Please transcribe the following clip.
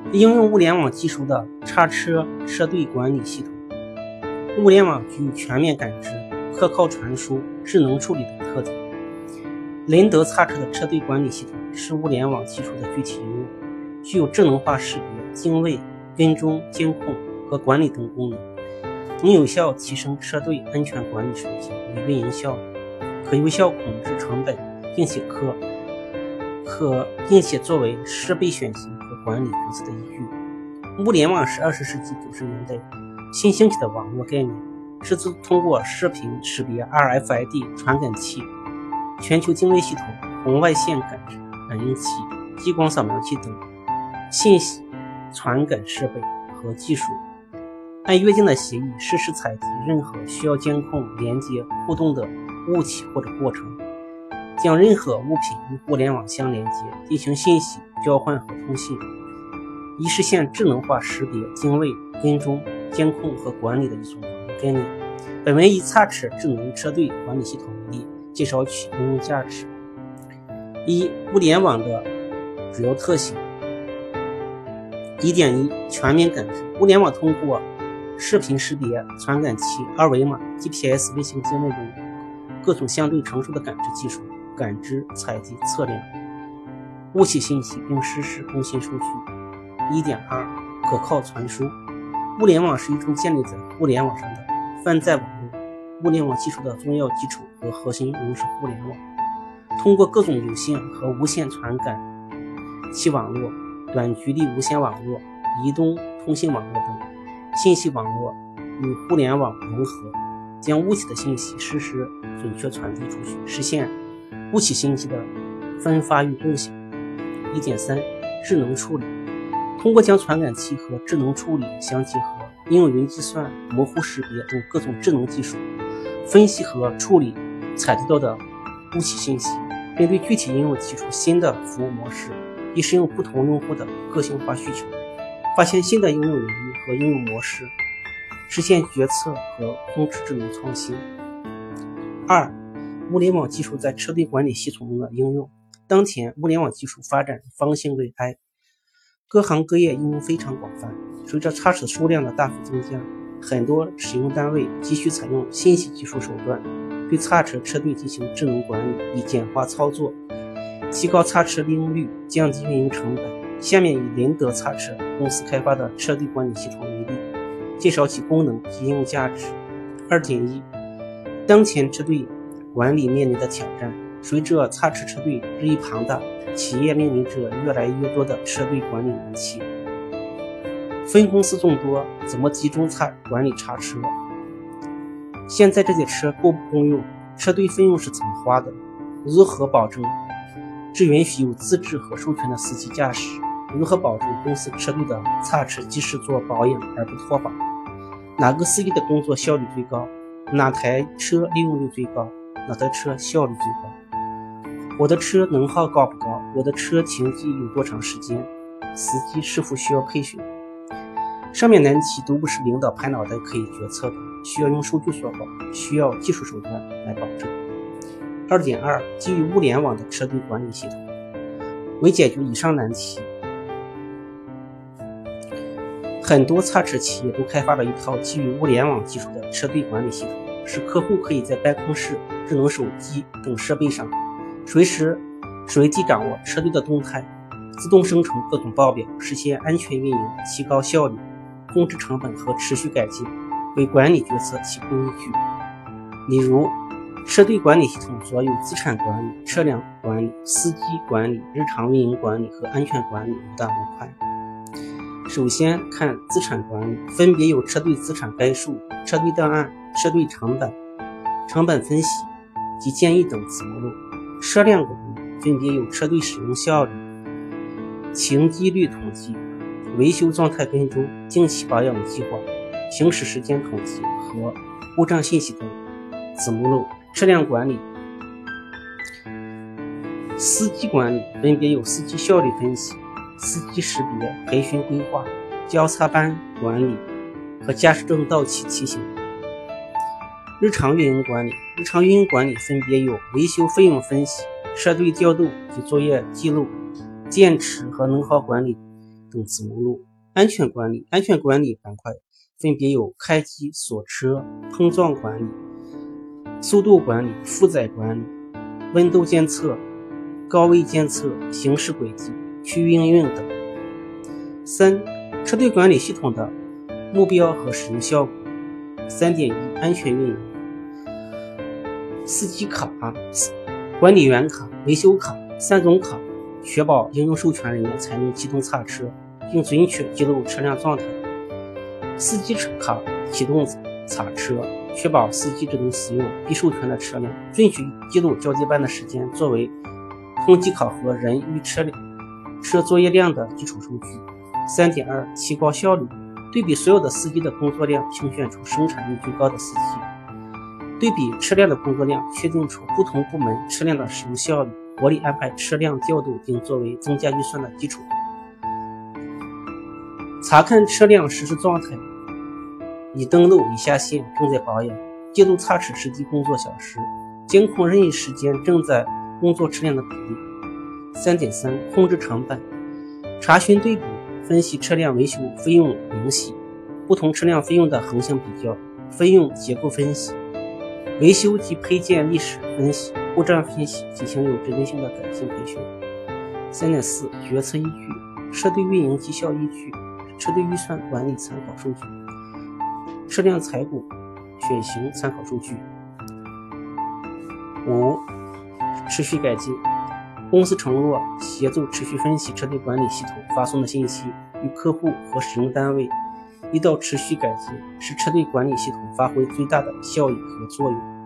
应用物联网技术的叉车车队管理系统。物联网具有全面感知、可靠传输、智能处理的特点。林德叉车的车队管理系统是物联网技术的具体应用，具有智能化识别、定位、跟踪、监控和管理等功能，能有效提升车队安全管理水平与运营效率，可有效控制成本，并且作为设备选型和管理决策的依据。物联网是20世纪90年代新兴起的网络概念，是自通过视频识别 RFID 传感器、全球定位系统、红外线感应器、激光扫描器等信息传感设备和技术，按约定的协议实时采集任何需要监控、连接、互动的物体或者过程，将任何物品与互联网相连接，进行信息交换和通信，以实现智能化识别、定位、跟踪、监控和管理的一种网络概念。本文以叉车智能车队管理系统为例，介绍其应用价值。一、物联网的主要特性。1.1 全面感知。物联网通过视频识别、传感器、二维码、GPS 卫星定位等各种相对成熟的感知技术，感知、采集、测量物体信息并实时更新数据。1.2 可靠传输。物联网是一种建立在互联网上的泛在网络。物联网技术的重要基础和核心仍是互联网，通过各种有线和无线传感器网络、短距离无线网络、移动通信网络等信息网络与互联网融合，将物体的信息实时准确传递出去，实现物体信息的分发与共享。1.3 智能处理。通过将传感器和智能处理相结合，应用云计算、模糊识别等各种智能技术，分析和处理采集到的物体信息，并对具体应用提出新的服务模式，以适应不同用户的个性化需求，发现新的应用领域和应用模式，实现决策和控制智能创新。2、物联网技术在车队管理系统中的应用。当前物联网技术发展方兴未艾，各行各业应用非常广泛。随着叉车数量的大幅增加，很多使用单位急需采用信息技术手段，对叉车车队进行智能管理，以简化操作，提高叉车利用率，降低运营成本。下面以林德叉车公司开发的车队管理系统为例，介绍其功能及应用价值。2.1 当前车队管理面临的挑战。随着叉车车队日益庞大，企业面临着越来越多的车队管理难题。分公司众多，怎么集中管理叉车？现在这些车够不够用？车队费用是怎么花的？如何保证只允许有资质和授权的司机驾驶？如何保证公司车队的叉车及时做保养而不脱保？哪个司机的工作效率最高？哪台车利用率最高？哪台车效率最高？我的车能耗高不高？我的车停机有多长时间？司机是否需要培训？上面难题都不是领导拍脑袋可以决策的，需要用数据说话，需要技术手段来保证。2.2 基于物联网的车队管理系统。为解决以上难题，很多叉车企业都开发了一套基于物联网技术的车队管理系统，使客户可以在办公室、智能手机等设备上随时随地掌握车队的动态，自动生成各种报表，实现安全运营，提高效率，控制成本和持续改进，为管理决策提供依据。例如，车队管理系统所有资产管理、车辆管理、司机管理、日常运营管理和安全管理5大模块。首先看资产管理，分别有车队资产概述、车队档案、车队成本、成本分析及建议等子目录。车辆管理分别有车队使用效率、停机率统计、维修状态跟踪、定期保养计划、行驶时间统计和故障信息等子目录。车辆管理、司机管理分别有司机效率分析、司机识别、培训规划、交叉班管理和驾驶证到期提醒。日常运营管理，日常运营管理分别有维修费用分析、车队调度及作业记录、电池和能耗管理等等子目录。安全管理板块分别有开机、锁车、碰撞管理、速度管理、负载管理、温度监测、高位监测、行驶轨迹、区域应用等。3、车队管理系统的目标和使用效果。3.1 安全运营。司机卡、管理员卡、维修卡3种卡，确保应用授权人员才能启动擦车，并准确记录车辆状态。司机卡启动擦车，确保司机只能使用必授权的车辆，准确记录交接班的时间，作为统计考核人与车作业量的基础数据。3.2 提高效率。对比所有的司机的工作量，评选出生产力最高的司机。对比车辆的工作量，确定出不同部门车辆的使用效率，合理安排车辆调度，并作为增加预算的基础。查看车辆实时状态，已登录已下线，正在保养，记录擦齿实际工作小时，监控任意时间正在工作车辆的比例。3.3 控制成本。查询对比，分析车辆维修费用明细，不同车辆费用的横向比较，费用结构分析，维修及配件历史分析，故障分析，进行有针对性的改进培训。3.4 决策依据。车队运营绩效依据，车队预算管理参考数据，车辆采购选型参考数据。5、持续改进。公司承诺协助持续分析车队管理系统发送的信息，与客户和使用单位一道持续改进，使车队管理系统发挥最大的效益和作用。